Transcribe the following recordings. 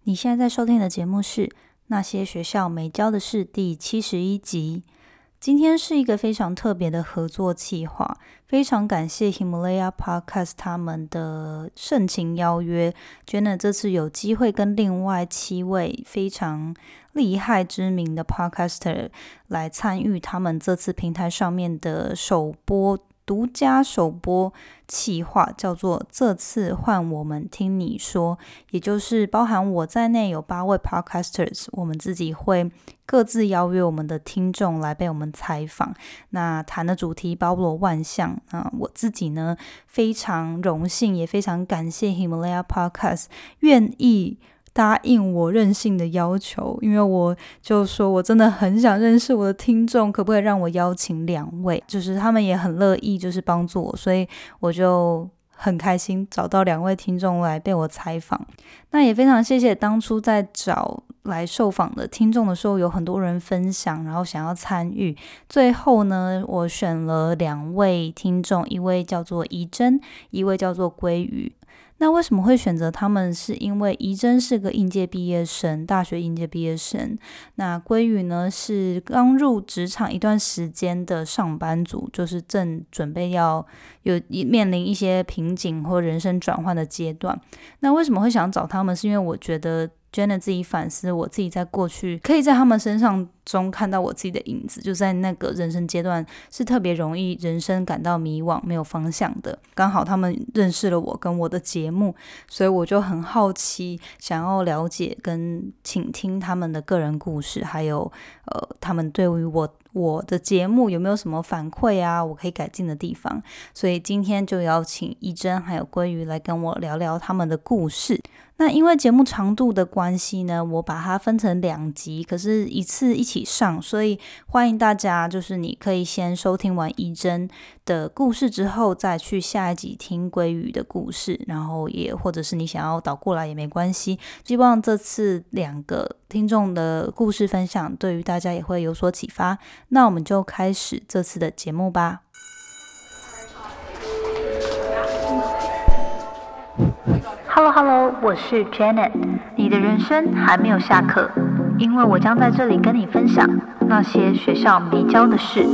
你现在在收听的节目是《那些学校没教的事》第71集。今天是一个非常特别的合作企划，非常感谢 Himalaya Podcast 他们的盛情邀约 Jenna 这次有机会跟另外7位非常厉害知名的 Podcaster 来参与他们这次平台上面的独家首播企划，叫做这次换我们听你说，也就是包含我在内有8位 podcasters， 我们自己会各自邀约我们的听众来被我们采访，那谈的主题包罗万象。我自己呢非常荣幸也非常感谢 Himalaya Podcast 愿意答应我任性的要求，因为我就说我真的很想认识我的听众，可不可以让我邀请2位，就是他们也很乐意就是帮助我，所以我就很开心找到2位听众来被我采访。那也非常谢谢当初在找来受访的听众的时候，有很多人分享然后想要参与，最后呢我选了2位听众，一位叫做怡珍，一位叫做鲑鱼。那为什么会选择他们，是因为怡珍是个应届毕业生，大学应届毕业生，那鲑鱼呢是刚入职场一段时间的上班族，就是正准备要面临一些瓶颈或人生转换的阶段。那为什么会想找他们，是因为我觉得Jenna 自己反思，我自己在过去可以在他们身上中看到我自己的影子，就在那个人生阶段是特别容易人生感到迷惘没有方向的，刚好他们认识了我跟我的节目，所以我就很好奇想要了解跟倾听他们的个人故事，还有他们对于我的节目有没有什么反馈啊，我可以改进的地方。所以今天就邀请怡珍还有鲑鱼来跟我聊聊他们的故事。那因为节目长度的关系呢，我把它分成2集，可是一次一起上，所以欢迎大家就是你可以先收听完怡珍的故事之后，再去下一集听鲑鱼的故事，然后也或者是你想要倒过来也没关系。希望这次2个听众的故事分享对于大家也会有所启发。那我们就开始这次的节目吧。Hello， 我是 Janet， 你的人生还没有下课，因为我将在这里跟你分享那些学校没教的事。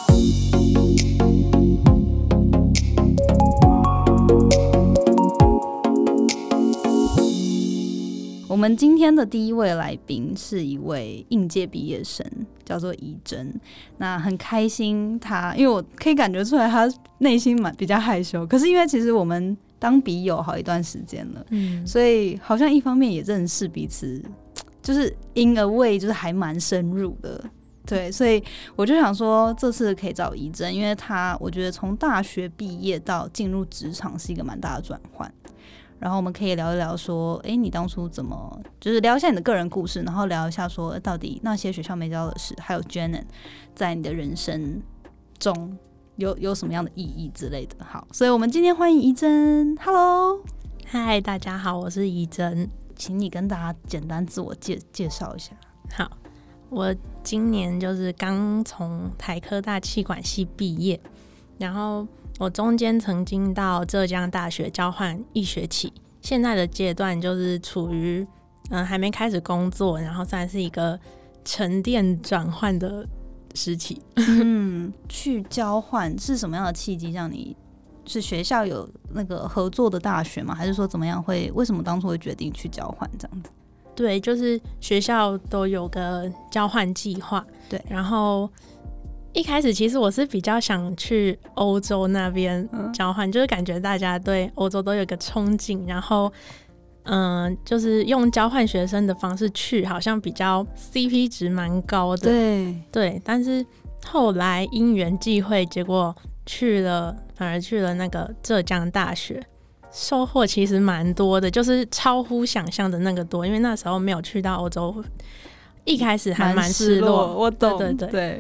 我们今天的第一位来宾是一位应届毕业生，叫做怡珍。那很开心因为我可以感觉出来他内心比较害羞，可是因为其实我们当笔友好一段时间了，所以好像一方面也认识彼此，就是 in a way 就是还蛮深入的。对，所以我就想说这次可以找怡珍，因为我觉得从大学毕业到进入职场是一个蛮大的转换，然后我们可以聊一聊说你当初怎么，就是聊一下你的个人故事，然后聊一下说到底那些学校没教的事，还有 Jenna 在你的人生中有什么样的意义之类的。好，所以我们今天欢迎怡珍。 Hello， 嗨，大家好，我是怡珍， 请你跟大家简单自我介绍一下。 好，我今年就是刚从台科大企管系毕业，然后我中间曾经到浙江大学交换1学期，现在的阶段就是处于还没开始工作，然后算是一个沉淀转换的时期。 去交换是什么样的契机让你，是学校有那个合作的大学吗？还是说怎么样为什么当初会决定去交换这样子？ 对，就是学校都有个交换计划。 对， 然后一开始其实我是比较想去欧洲那边交换，就是感觉大家对欧洲都有一个憧憬，然后就是用交换学生的方式去，好像比较 CP 值蛮高的。对，但是后来因缘际会，结果反而去了那个浙江大学，收获其实蛮多的，就是超乎想象的那个多，因为那时候没有去到欧洲，一开始还蛮失落。 我懂， 对。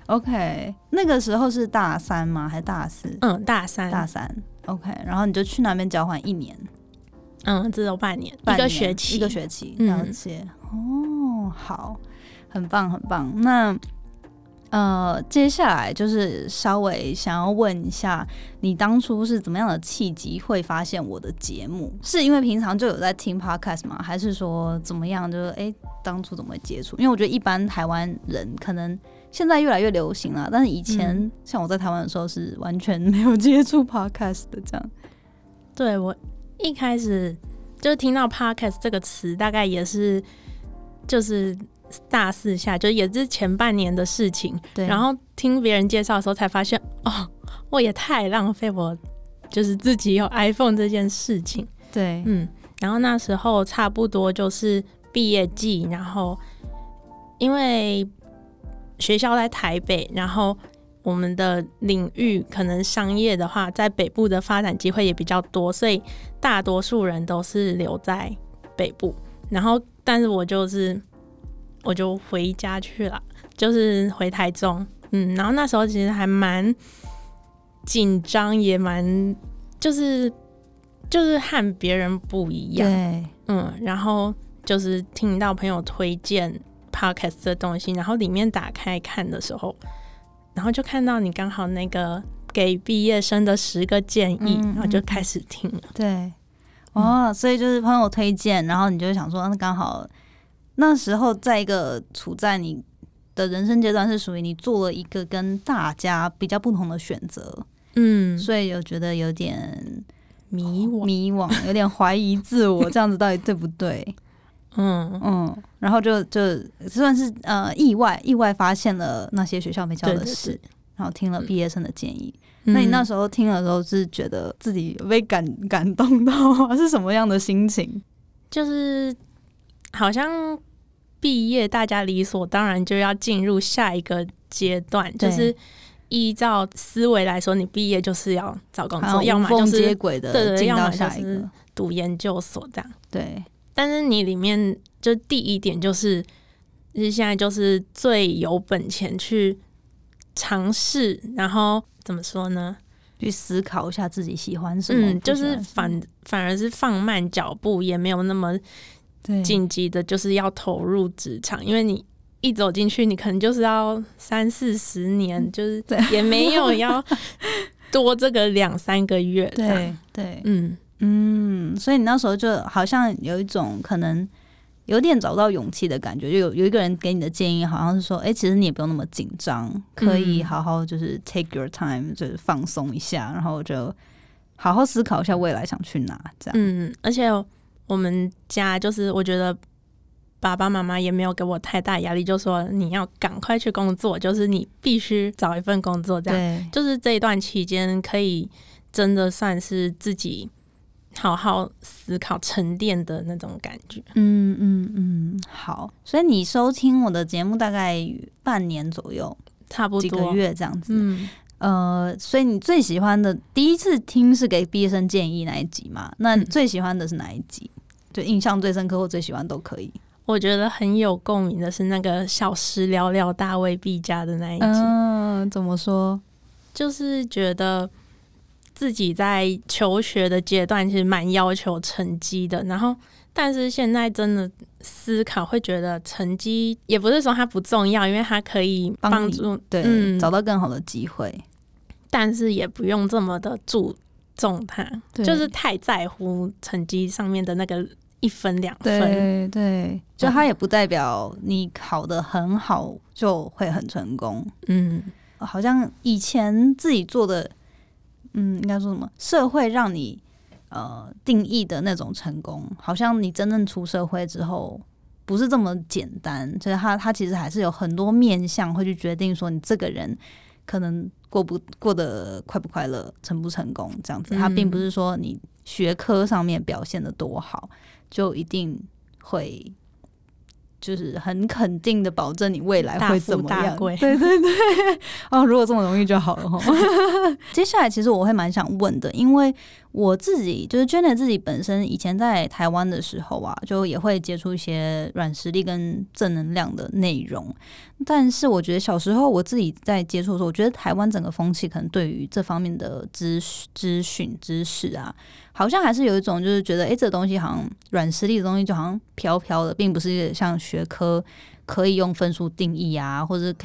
OK， 那个时候是大3吗？还是大4？ 大三。 OK， 然后你就去那边交换1年。 只有半年，一个学期， 了解。好，很棒很棒。那接下来就是稍微想要问一下，你当初是怎么样的契机会发现我的节目？是因为平常就有在听 podcast 吗？还是说怎么样？就是当初怎么会接触？因为我觉得一般台湾人可能现在越来越流行了，但是以前像我在台湾的时候是完全没有接触 podcast 的这样。 对，我一开始就听到 podcast 这个词，大概也是就是大四下，就也是前半年的事情。对，然后听别人介绍的时候才发现，我也太浪费我就是自己有 iPhone 这件事情。 对， 然后那时候差不多就是毕业季，然后因为学校在台北，然后我们的领域可能商业的话，在北部的发展机会也比较多，所以大多数人都是留在北部。然后，但是我就回家去了，就是回台中。然后那时候其实还蛮紧张，也蛮就是和别人不一样。 对， 然后就是听到朋友推荐 podcast 的东西，然后里面打开看的时候，然后就看到你刚好那个给毕业生的10个建议，然后就开始听了。 对，所以就是朋友推荐，然后你就想说，那刚好那时候在一个处在你的人生阶段是属于你做了一个跟大家比较不同的选择，所以有觉得有点迷惘，有点怀疑自我，这样子到底对不对？然后就算是意外发现了那些学校没教的事，对，然后听了毕业生的建议。那你那时候听的时候是觉得自己被感动到吗？是什么样的心情？ 就是好像毕业大家理所当然就要进入下一个阶段，就是依照思维来说，你毕业就是要找工作，要么就是接轨的进到下一个， 要么就是读研究所这样。 对， 但是你里面就第一点就是现在就是最有本钱去尝试，然后怎么说呢？ 去思考一下自己喜欢什么， 就是反而是放慢脚步，也没有那么紧急的，就是要投入职场，因为你一走进去，你可能就是要30-40年，就是也没有要多这个2-3个月。 对，所以你那时候就好像有一种可能有点找不到勇气的感觉，就有一个人给你的建议，好像是说，其实你也不用那么紧张，可以好好就是 take your time， 就是放松一下，然后就好好思考一下未来想去哪，这样。 而且我们家就是我觉得爸爸妈妈也没有给我太大压力，就说你要赶快去工作，就是你必须找一份工作，这样。就是这一段期间可以真的算是自己好好思考沉淀的那种感觉。 好，所以你收听我的节目大概半年左右， 差不多几个月这样子。所以你最喜欢的第一次听是给毕业生建议那一集嘛？那最喜欢的是哪一集？就印象最深刻或最喜欢都可以。 我觉得很有共鸣的是那个小时聊聊大卫毕加的那一集。 怎么说？ 就是觉得自己在求学的阶段其实蛮要求成绩的，然后但是现在真的思考会觉得成绩也不是说它不重要，因为它可以帮助找到更好的机会， 但是也不用这么的注重它，就是太在乎成绩上面的那个1分2分。 对，就它也不代表你考得很好就会很成功。好像以前自己做的应该说什么社会让你定义的那种成功，好像你真正出社会之后不是这么简单，就是它其实还是有很多面向会去决定说你这个人可能过得快不快乐，成不成功这样子。它并不是说你学科上面表现得多好就一定会就是很肯定的保证你未来会怎么样。对如果这么容易就好了接下来其实我会蛮想问的，因为我自己就是 Janet 自己本身以前在台湾的时候啊，就也会接触一些软实力跟正能量的内容，但是我觉得小时候我自己在接触的时候，我觉得台湾整个风气可能对于这方面的资讯知识啊，好像还是有一种就是觉得这东西好像软实力的东西就好像飘飘的，并不是像学科可以用分数定义啊，或者可以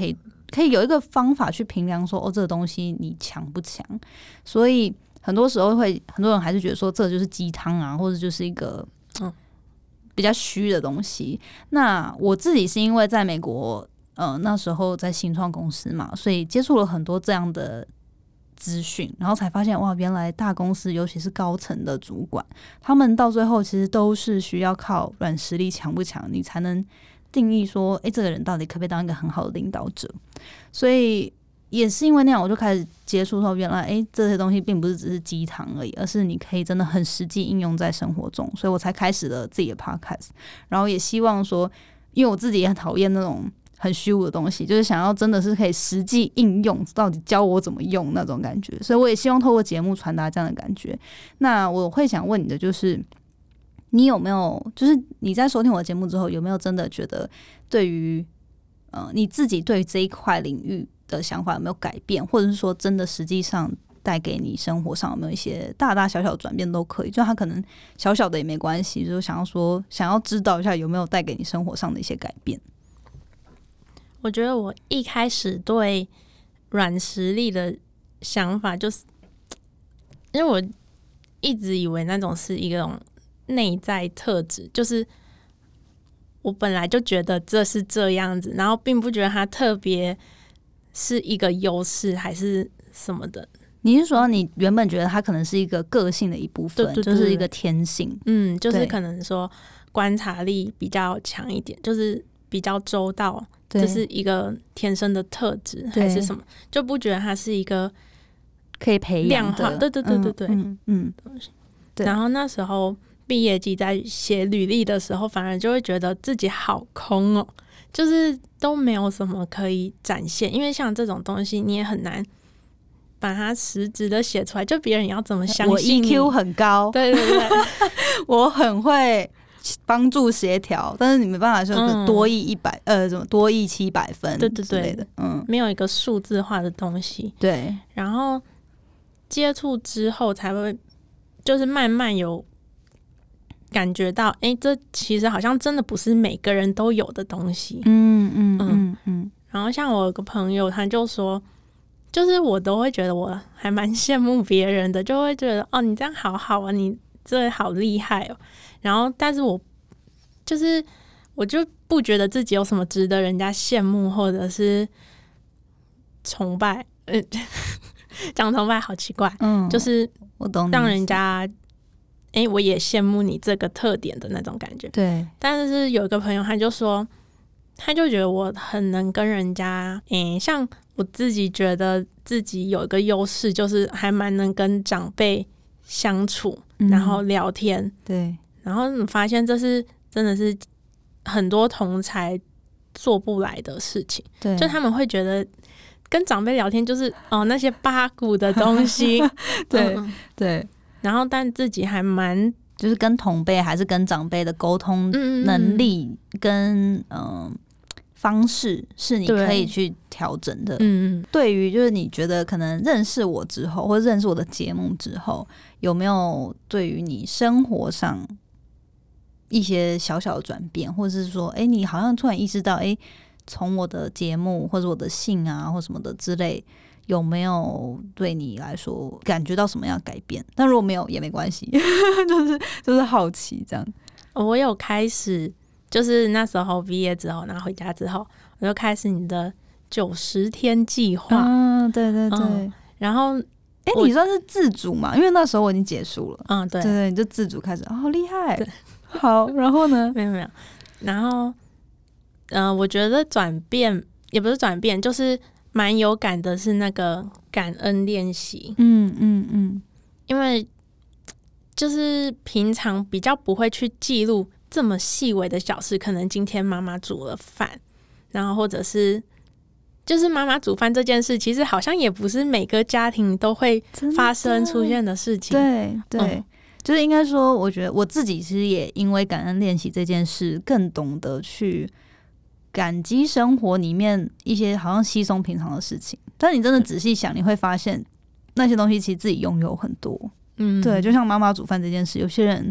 可以有一个方法去评量说，这个东西你强不强。所以很多时候很多人还是觉得说这就是鸡汤啊，或者就是一个比较虚的东西。那我自己是因为在美国那时候在新创公司嘛，所以接触了很多这样的资讯，然后才发现哇，原来大公司尤其是高层的主管，他们到最后其实都是需要靠软实力强不强，你才能定义说这个人到底可不可以当一个很好的领导者。所以也是因为那样，我就开始接触说，原来这些东西并不是只是鸡汤而已，而是你可以真的很实际应用在生活中。所以我才开始了自己的 podcast， 然后也希望说，因为我自己也很讨厌那种很虚无的东西，就是想要真的是可以实际应用，到底教我怎么用那种感觉。所以我也希望透过节目传达这样的感觉。那我会想问你的就是，你有没有就是你在收听我的节目之后，有没有真的觉得对于你自己对于这一块领域的想法有没有改变，或者是说真的实际上带给你生活上有没有一些大大小小的转变都可以，就它可能小小的也没关系，就是想要知道一下有没有带给你生活上的一些改变。 我觉得我一开始对软实力的想法，就是因为我一直以为那种是一种内在特质，就是我本来就觉得这是这样子，然后并不觉得它特别是一个优势还是什么的。 你是说你原本觉得它可能是一个个性的一部分， 对， 就是一个天性， 就是可能说观察力比较强一点，就是比较周到，这是一个天生的特质还是什么，就不觉得它是一个可以培养的。 对。然后那时候毕业季在写履历的时候，反而就会觉得自己好空哦，就是都没有什么可以展现，因为像这种东西你也很难把它实质的写出来，就别人要怎么相信你。 我 EQ 很高， 对， 我很会帮助协调，但是你没办法说多益100什么多益700分之类的， 没有一个数字化的东西。 对， 然后接触之后才会就是慢慢有感觉到，这其实好像真的不是每个人都有的东西。然后像我有个朋友，他就说，就是我都会觉得我还蛮羡慕别人的，就会觉得你这样好好啊，你这好厉害哦。然后但是我就不觉得自己有什么值得人家羡慕或者是崇拜。讲崇拜好奇怪，就是我懂， 让人家我也羡慕你这个特点的那种感觉。 对， 但是有一个朋友他就说，他就觉得我很能跟人家像我自己觉得自己有一个优势，就是还蛮能跟长辈相处，然后聊天。 对， 然后你发现这是真的是很多同才做不来的事情。 对， 就他们会觉得跟长辈聊天就是那些八股的东西。 对， 然后但自己还蛮就是跟同辈还是跟长辈的沟通能力跟方式是你可以去调整的。对于就是你觉得可能认识我之后，或者认识我的节目之后，有没有对于你生活上一些小小的转变，或者是说你好像突然意识到从我的节目或者我的信啊或什么的之类，有没有对你来说感觉到什么样的改变？但如果没有也没关系，就是好奇这样。 我有开始，就是那时候毕业之后，然后回家之后，我就开始你的90天计划。 对， 然后你算是自主嘛？因为那时候我已经结束了。 对， 你就自主开始，好厉害。好，然后呢？ 没有，然后我觉得转变也不是转变，就是蛮有感的是那个感恩练习。因为就是平常比较不会去记录这么细微的小事，可能今天妈妈煮了饭，然后或者是就是妈妈煮饭这件事，其实好像也不是每个家庭都会发生出现的事情。 对，就是应该说，我觉得我自己其实也因为感恩练习这件事，更懂得去感激生活里面一些好像稀松平常的事情。但你真的仔细想，你会发现那些东西其实自己拥有很多。对，就像妈妈煮饭这件事，有些人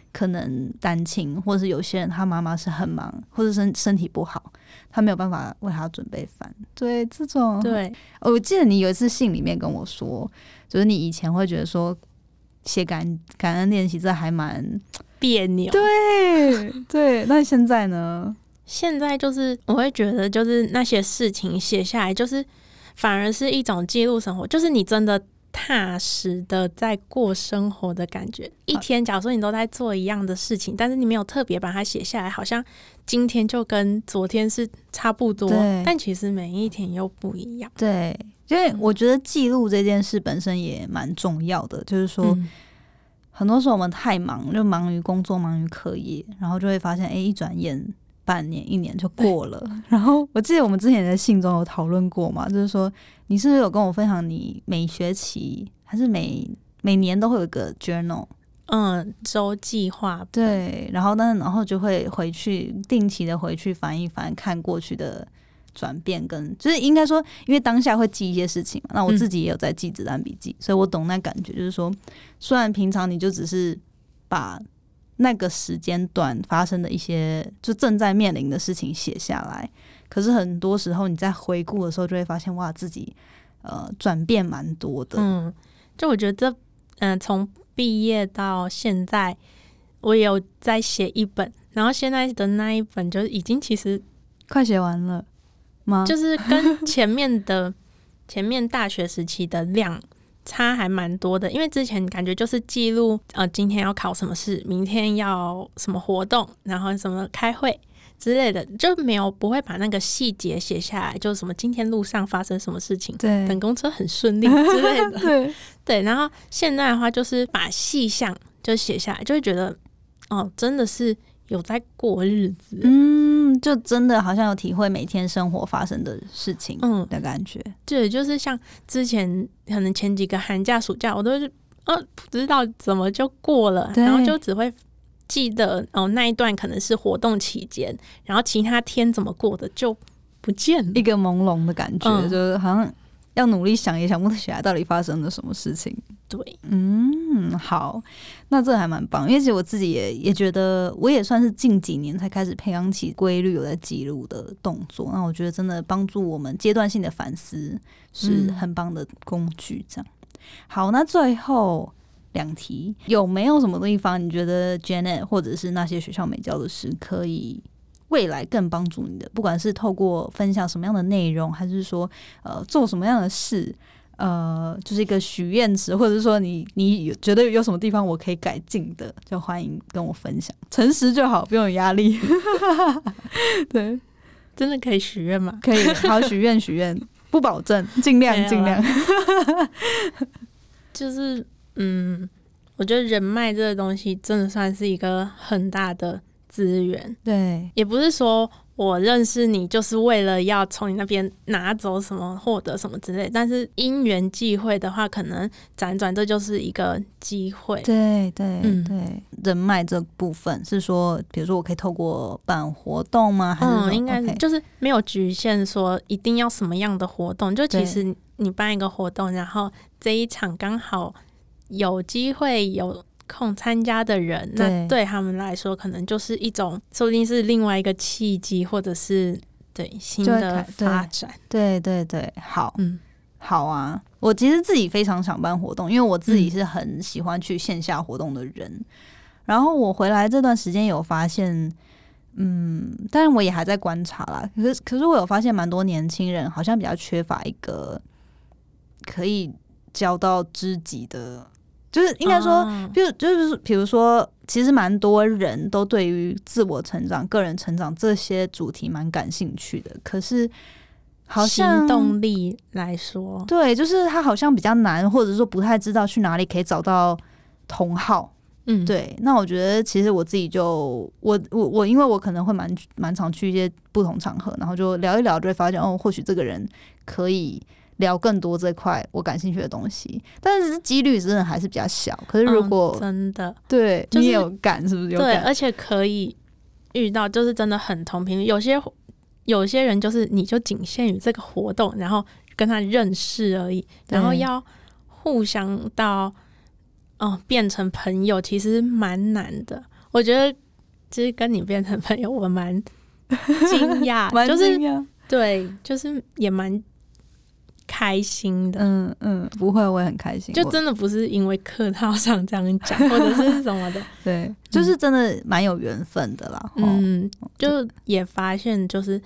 可能单亲，或者是有些人他妈妈是很忙，或者身体不好，他没有办法为他准备饭。对，这种对， 我记得你有一次信里面跟我说，就是你以前会觉得说写感恩练习这还蛮别扭。 对对，那现在呢？ 现在就是我会觉得，就是那些事情写下来，就是反而是一种记录生活，就是你真的踏实的在过生活的感觉。一天假如说你都在做一样的事情，但是你没有特别把它写下来，好像今天就跟昨天是差不多，但其实每一天又不一样。 对，因为我觉得记录这件事本身也蛮重要的，就是说很多时候我们太忙，就忙于工作忙于课业，然后就会发现一转眼半年一年就过了。然后我记得我们之前在信中有讨论过嘛，就是说你是不是有跟我分享你每学期还是每年都会有一个 journal， 周计划。 对，然后就会回去定期的回去翻一翻，看过去的转变，跟就是应该说因为当下会记一些事情嘛，那我自己也有在记子弹笔记，所以我懂那感觉，就是说虽然平常你就只是把那个时间段发生的一些就正在面临的事情写下来，可是很多时候你在回顾的时候就会发现哇，自己转变蛮多的。 就我觉得从毕业到现在我也有在写一本，然后现在的那一本就已经其实快写完了吗？ 就是跟前面大学时期的量差还蛮多的，因为之前感觉就是记录今天要考什么试，明天要什么活动，然后什么开会之类的，就不会把那个细节写下来，就什么今天路上发生什么事情， 对， 等公车很顺利之类的。 对对，然后现在的话就是把细项就写下来，就会觉得真的是有在过日子， 就真的好像有体会每天生活发生的事情的感觉。 对，就是像之前可能前几个寒假暑假我都是不知道怎么就过了，然后就只会记得那一段可能是活动期间，然后其他天怎么过的就不见了， 一个朦胧的感觉，就是好像要努力想也想不起来到底发生了什么事情。 对， 好，那这还蛮棒，因为其实我自己也觉得，我也算是近几年才开始培养起规律有在记录的动作。那我觉得真的帮助我们阶段性的反思是很棒的工具。这样，好，那最后2题，有没有什么地方你觉得 Janet 或者是那些学校没教的事可以未来更帮助你的？不管是透过分享什么样的内容，还是说做什么样的事，就是一个许愿池，或者是说你觉得有什么地方我可以改进的，就欢迎跟我分享，诚实就好，不用有压力。对， 真的可以许愿吗？ 可以，好，许愿，不保证，尽量。 就是我觉得人脉这个东西真的算是一个很大的资源。对，也不是说我认识你就是为了要从你那边拿走什么获得什么之类，但是因缘际会的话，可能辗转这就是一个机会。对，人脉这部分是说比如说我可以透过办活动吗？还是说应该是就是没有局限说一定要什么样的活动，就其实你办一个活动，然后这一场刚好有机会有空参加的人，那对他们来说可能就是一种说不定是另外一个契机，或者是对新的发展。对，好，好啊，我其实自己非常想办活动，因为我自己是很喜欢去线下活动的人，然后我回来这段时间有发现当然我也还在观察啦，可是我有发现蛮多年轻人好像比较缺乏一个可以交到知己的，就是应该说就是比如说其实蛮多人都对于自我成长个人成长这些主题蛮感兴趣的，可是好像行动力来说，对，就是他好像比较难，或者说不太知道去哪里可以找到同好。对，那我觉得其实我自己就我因为我可能会蛮常去一些不同场合，然后就聊一聊，就会发现或许这个人可以聊更多这块我感兴趣的东西，但是几率真的还是比较小。可是如果真的对、就是、你也有感，是不是有感？对，而且可以遇到就是真的很同频率，有些人就是你就仅限于这个活动，然后跟他认识而已，然后要互相到变成朋友其实蛮难的。 我觉得其实跟你变成朋友我蛮惊讶蛮惊就是讶对，就是也蛮开心的。 不会，我也很开心， 就真的不是因为客套上这样讲或者是什么的对，就是真的蛮有缘分的啦。 就也发现就是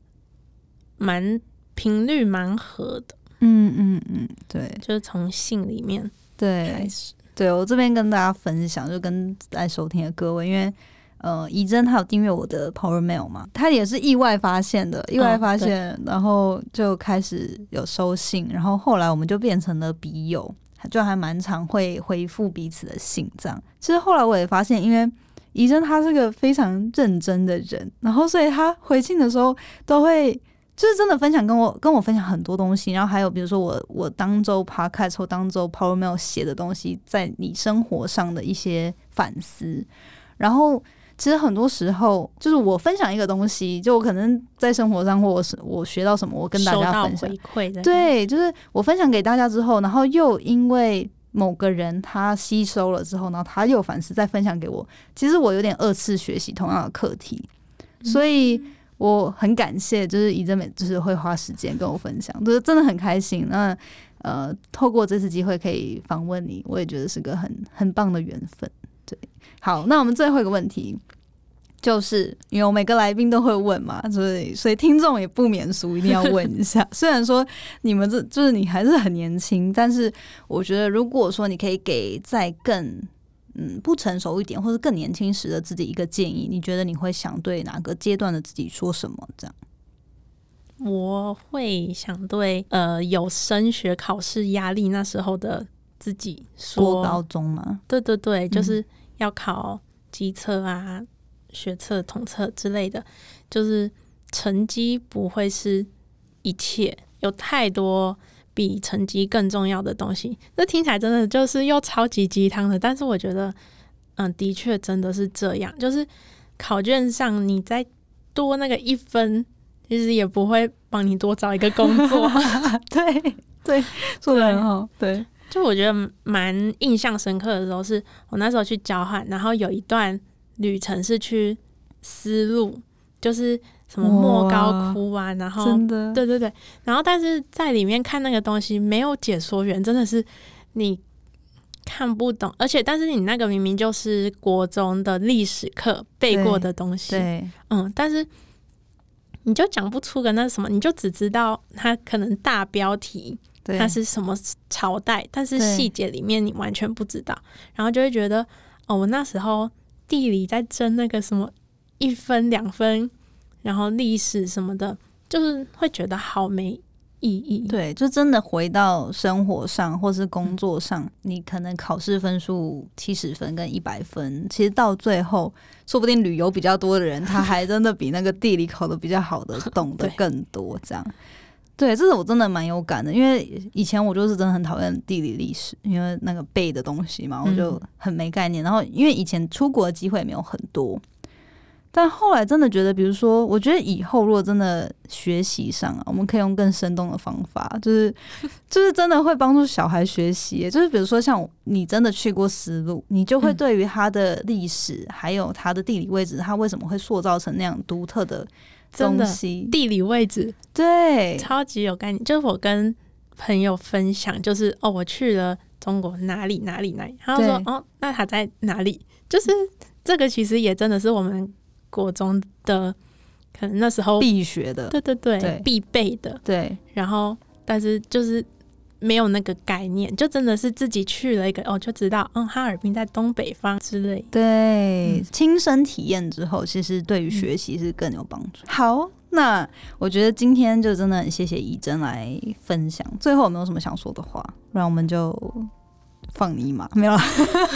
频率蛮合的。 对， 就是从信里面开始。 对，我这边跟大家分享，就跟在收听的各位，因为怡珍她有订阅我的 Power Mail 嘛，她也是意外发现的，然后就开始有收信，然后后来我们就变成了笔友，就还蛮常会回复彼此的信这样。其实后来我也发现，因为怡珍她是个非常认真的人，然后所以她回信的时候都会就是真的分享跟我分享很多东西，然后还有比如说我当周 podcast 或当周 Power Mail 写的东西，在你生活上的一些反思，然后其实很多时候就是我分享一个东西，就我可能在生活上或我学到什么，我跟大家分享， 收到回馈的， 对，就是我分享给大家之后，然后又因为某个人他吸收了之后，然后他又反思再分享给我，其实我有点二次学习同样的课题，所以我很感谢，就是怡珍美就是会花时间跟我分享，就是真的很开心。那透过这次机会可以访问你，我也觉得是个很棒的缘分。对，好，那我们最后一个问题，就是因为我每个来宾都会问嘛，所以听众也不免俗，一定要问一下。虽然说你们就是你还是很年轻，但是我觉得如果说你可以给再更不成熟一点或者更年轻时的自己一个建议，你觉得你会想对哪个阶段的自己说什么？这样， 我会想对有升学考试压力那时候的自己说， 过高中吗？ 对对对，就是要考基测啊、学测、统测之类的，就是成绩不会是一切，有太多比成绩更重要的东西。这听起来真的就是又超级鸡汤的，但是我觉得的确真的是这样，就是考卷上你再多那个1分，其实也不会帮你多找一个工作。 对对，说得很好。对， 就我觉得蛮印象深刻的时候，是我那时候去交换，然后有一段旅程是去丝路，就是什么莫高窟啊，然后真的， 对对对，然后但是在里面看那个东西没有解说员，真的是你看不懂，而且但是你那个明明就是国中的历史课背过的东西， 对， 但是你就讲不出个那什么，你就只知道它可能大标题它是什么朝代，但是细节里面你完全不知道，然后就会觉得我那时候地理在争那个什么1分2分，然后历史什么的，就是会觉得好没意义。 对，就真的回到生活上或是工作上，你可能考试分数70分跟100分，其实到最后说不定旅游比较多的人，他还真的比那个地理考得比较好的懂得更多这样。对，这是我真的蛮有感的，因为以前我就是真的很讨厌地理历史，因为那个背的东西嘛，我就很没概念。然后因为以前出国的机会也没有很多，但后来真的觉得，比如说，我觉得以后如果真的学习上我们可以用更生动的方法，就是真的会帮助小孩学习。就是比如说像你真的去过丝路，你就会对于它的历史还有它的地理位置，它为什么会塑造成那样独特的东西， 地理位置， 对， 超级有概念。就是我跟朋友分享，就是我去了中国哪里，他就说那他在哪里？就是这个其实也真的是我们国中的可能那时候必学的， 对，必备的，对。然后但是就是没有那个概念，就真的是自己去了一个就知道哈尔滨在东北方之类。 对，亲身体验之后，其实对于学习是更有帮助。好，那我觉得今天就真的很谢谢怡珍来分享。最后有没有什么想说的话？不然我们就放你一马，没有啦。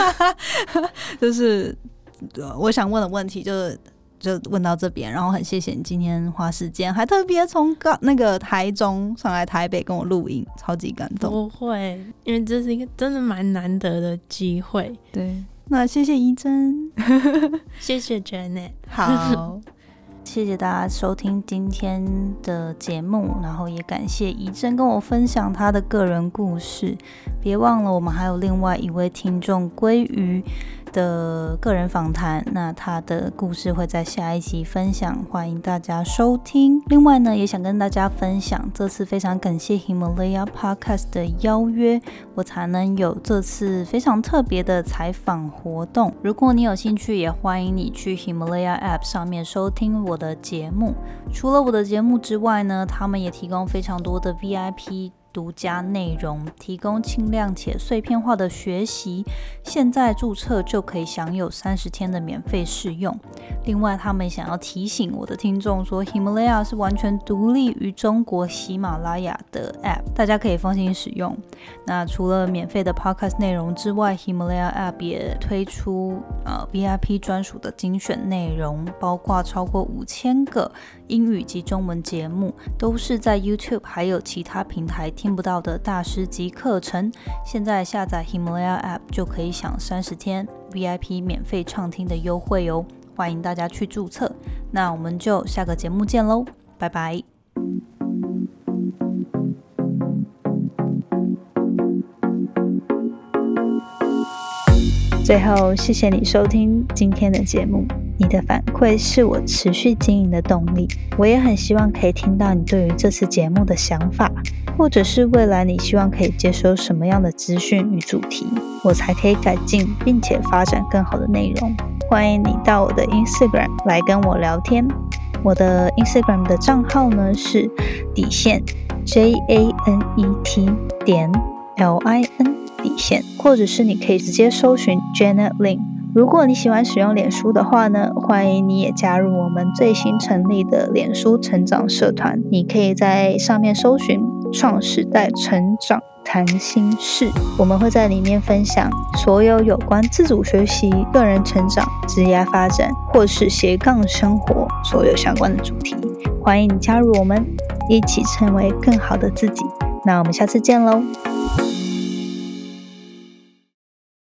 就是我想问的问题就问到这边，然后很谢谢你今天花时间，还特别从那个台中上来台北跟我录音，超级感动。 不会，因为这是一个真的蛮难得的机会。 对，那谢谢怡珍， 谢谢 Janet。 好，谢谢大家收听今天的节目，然后也感谢怡珍跟我分享她的个人故事。别忘了，我们还有另外一位听众鲑鱼。 的个人访谈，那他的故事会在下一集分享，欢迎大家收听。另外呢，也想跟大家分享，这次非常感谢 Himalaya Podcast 的邀约，我才能有这次非常特别的采访活动。如果你有兴趣，也欢迎你去 Himalaya App 上面收听我的节目。除了我的节目之外呢，他们也提供非常多的 VIP独家内容，提供轻量且碎片化的学习，现在注册就可以享有30天的免费试用。另外他们想要提醒我的听众说， Himalaya 是完全独立于中国喜马拉雅的 App， 大家可以放心使用。那除了免费的 Podcast 内容之外， Himalaya App 也推出VIP 专属的精选内容，包括超过5000个英语及中文节目，都是在 YouTube 还有其他平台听不到的大师级课程。现在下载 Himalaya App 就可以享30天 VIP 免费畅听的优惠哦，欢迎大家去注册。那我们就下个节目见咯，拜拜。最后，谢谢你收听今天的节目，你的反馈是我持续经营的动力。我也很希望可以听到你对于这次节目的想法，或者是未来你希望可以接收什么样的资讯与主题，我才可以改进并且发展更好的内容。欢迎你到我的 Instagram 来跟我聊天。我的 Instagram 的账号呢是JANET.LIN，或者是你可以直接搜寻 Janet Lin。如果你喜欢使用脸书的话呢，欢迎你也加入我们最新成立的脸书成长社团，你可以在上面搜寻创时代成长谈心事，我们会在里面分享所有有关自主学习、个人成长、职业发展或是斜杠生活所有相关的主题。欢迎你加入我们，一起成为更好的自己。那我们下次见咯。